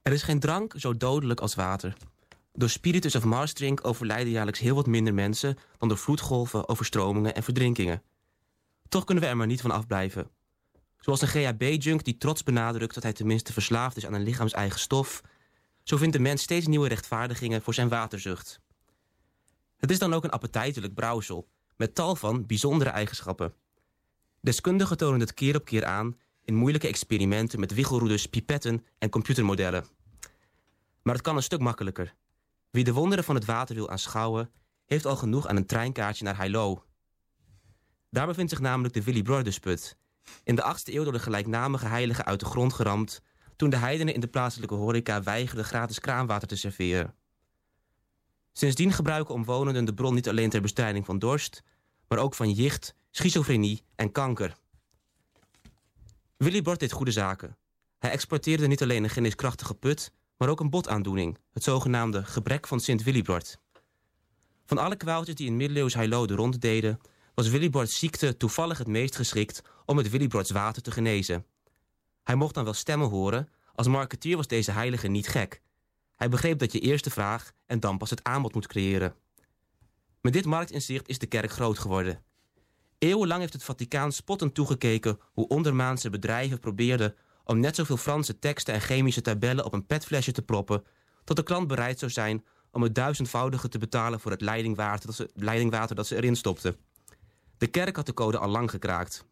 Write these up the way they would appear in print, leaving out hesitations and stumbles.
Er is geen drank zo dodelijk als water. Door spiritus of marsdrink overlijden jaarlijks heel wat minder mensen dan door vloedgolven, overstromingen en verdrinkingen. Toch kunnen we er maar niet van afblijven. Zoals een GHB-junk die trots benadrukt dat hij tenminste verslaafd is aan een lichaams-eigen stof, zo vindt de mens steeds nieuwe rechtvaardigingen voor zijn waterzucht. Het is dan ook een appetijtelijk brouwsel, met tal van bijzondere eigenschappen. Deskundigen tonen het keer op keer aan in moeilijke experimenten met wiggelroeders, pipetten en computermodellen. Maar het kan een stuk makkelijker. Wie de wonderen van het water wil aanschouwen, heeft al genoeg aan een treinkaartje naar Heilo. Daar bevindt zich namelijk de Willy Broerdersput, in de 8e eeuw door de gelijknamige heilige uit de grond geramd, toen de heidenen in de plaatselijke horeca weigerden gratis kraanwater te serveren. Sindsdien gebruiken omwonenden de bron niet alleen ter bestrijding van dorst, maar ook van jicht, schizofrenie en kanker. Willy Brod deed goede zaken. Hij exploiteerde niet alleen een geneeskrachtige put, maar ook een botaandoening, het zogenaamde gebrek van Sint Willibrord. Van alle kwaaltjes die in middeleeuws Heilo de ronde deden, was Willibrods ziekte toevallig het meest geschikt om met Willibrods water te genezen. Hij mocht dan wel stemmen horen, als marketeer was deze heilige niet gek. Hij begreep dat je eerst de vraag en dan pas het aanbod moet creëren. Met dit marktinzicht is de kerk groot geworden. Eeuwenlang heeft het Vaticaan spottend toegekeken hoe ondermaanse bedrijven probeerden om net zoveel Franse teksten en chemische tabellen op een petflesje te proppen, tot de klant bereid zou zijn om het 1000-voudige te betalen voor het leidingwater dat ze erin stopten. De kerk had de code al lang gekraakt.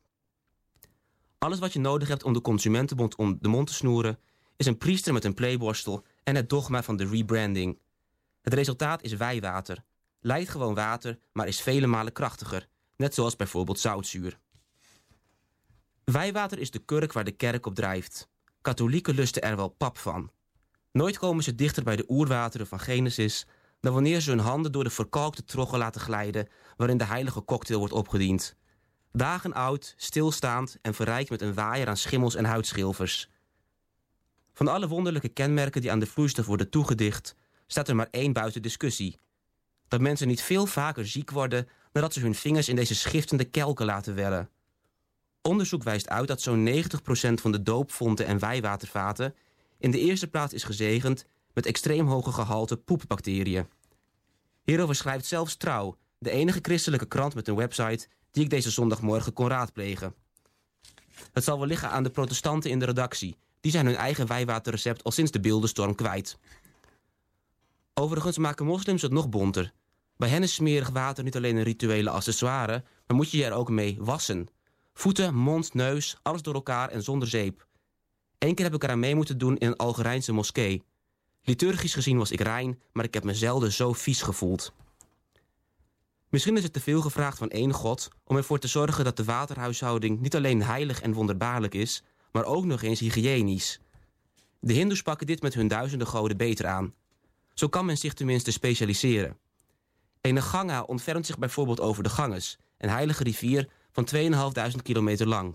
Alles wat je nodig hebt om de consumentenbond om de mond te snoeren, is een priester met een playborstel en het dogma van de rebranding. Het resultaat is wijwater. Lijkt gewoon water, maar is vele malen krachtiger. Net zoals bijvoorbeeld zoutzuur. Wijwater is de kurk waar de kerk op drijft. Katholieken lusten er wel pap van. Nooit komen ze dichter bij de oerwateren van Genesis dan wanneer ze hun handen door de verkalkte troggen laten glijden waarin de heilige cocktail wordt opgediend. Dagen oud, stilstaand en verrijkt met een waaier aan schimmels en huidschilfers. Van alle wonderlijke kenmerken die aan de vloeistof worden toegedicht, staat er maar één buiten discussie. Dat mensen niet veel vaker ziek worden nadat ze hun vingers in deze schiftende kelken laten wellen. Onderzoek wijst uit dat zo'n 90% van de doopfonten en wijwatervaten in de eerste plaats is gezegend met extreem hoge gehalte poepbacteriën. Hierover schrijft zelfs Trouw, de enige christelijke krant met een website die ik deze zondagmorgen kon raadplegen. Het zal wel liggen aan de protestanten in de redactie. Die zijn hun eigen wijwaterrecept al sinds de beeldenstorm kwijt. Overigens maken moslims het nog bonter. Bij hen is smerig water niet alleen een rituele accessoire, maar moet je je er ook mee wassen. Voeten, mond, neus, alles door elkaar en zonder zeep. Eén keer heb ik eraan mee moeten doen in een Algerijnse moskee. Liturgisch gezien was ik rein, maar ik heb me zelden zo vies gevoeld. Misschien is het te veel gevraagd van één God om ervoor te zorgen dat de waterhuishouding niet alleen heilig en wonderbaarlijk is, maar ook nog eens hygiënisch. De hindoes pakken dit met hun duizenden goden beter aan. Zo kan men zich tenminste specialiseren. Ene Ganga ontfermt zich bijvoorbeeld over de Ganges, een heilige rivier van 2500 kilometer lang.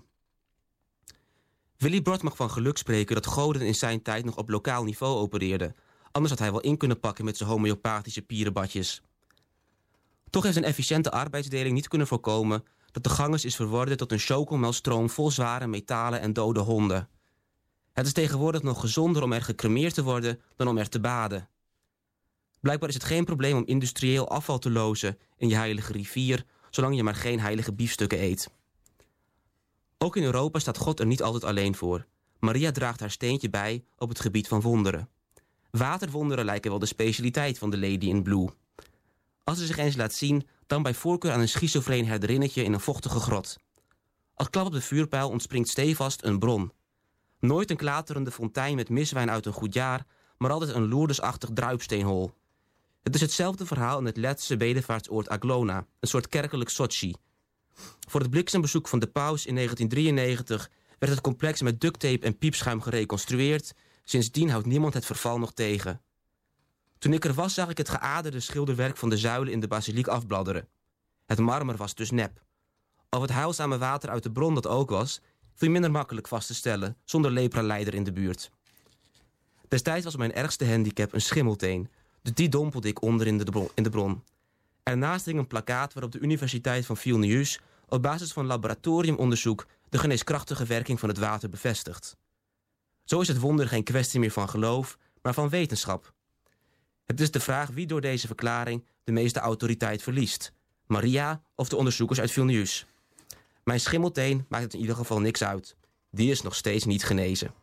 Willy Brod mag van geluk spreken dat goden in zijn tijd nog op lokaal niveau opereerden. Anders had hij wel in kunnen pakken met zijn homeopathische pierenbadjes. Toch heeft een efficiënte arbeidsdeling niet kunnen voorkomen dat de Ganges is verworden tot een chocomelstroom vol zware metalen en dode honden. Het is tegenwoordig nog gezonder om er gecremeerd te worden dan om er te baden. Blijkbaar is het geen probleem om industrieel afval te lozen in je heilige rivier, zolang je maar geen heilige biefstukken eet. Ook in Europa staat God er niet altijd alleen voor. Maria draagt haar steentje bij op het gebied van wonderen. Waterwonderen lijken wel de specialiteit van de Lady in Blue. Als ze zich eens laat zien, dan bij voorkeur aan een schizofreen herderinnetje in een vochtige grot. Als klap op de vuurpijl ontspringt stevast een bron. Nooit een klaterende fontein met miswijn uit een goed jaar, maar altijd een Lourdesachtig druipsteenhol. Het is hetzelfde verhaal in het Letse bedevaartsoord Aglona, een soort kerkelijk Sochi. Voor het bliksembezoek van de paus in 1993 werd het complex met ducttape en piepschuim gereconstrueerd. Sindsdien houdt niemand het verval nog tegen. Toen ik er was, zag ik het geaderde schilderwerk van de zuilen in de basiliek afbladderen. Het marmer was dus nep. Of het heilzame water uit de bron dat ook was, viel minder makkelijk vast te stellen, zonder lepraleider in de buurt. Destijds was mijn ergste handicap een schimmelteen, dus die dompelde ik onder in de bron. Ernaast hing een plakkaat waarop de Universiteit van Vilnius op basis van laboratoriumonderzoek de geneeskrachtige werking van het water bevestigt. Zo is het wonder geen kwestie meer van geloof, maar van wetenschap. Het is de vraag wie door deze verklaring de meeste autoriteit verliest. Maria of de onderzoekers uit Vilnius. Mijn schimmelteen maakt het in ieder geval niks uit. Die is nog steeds niet genezen.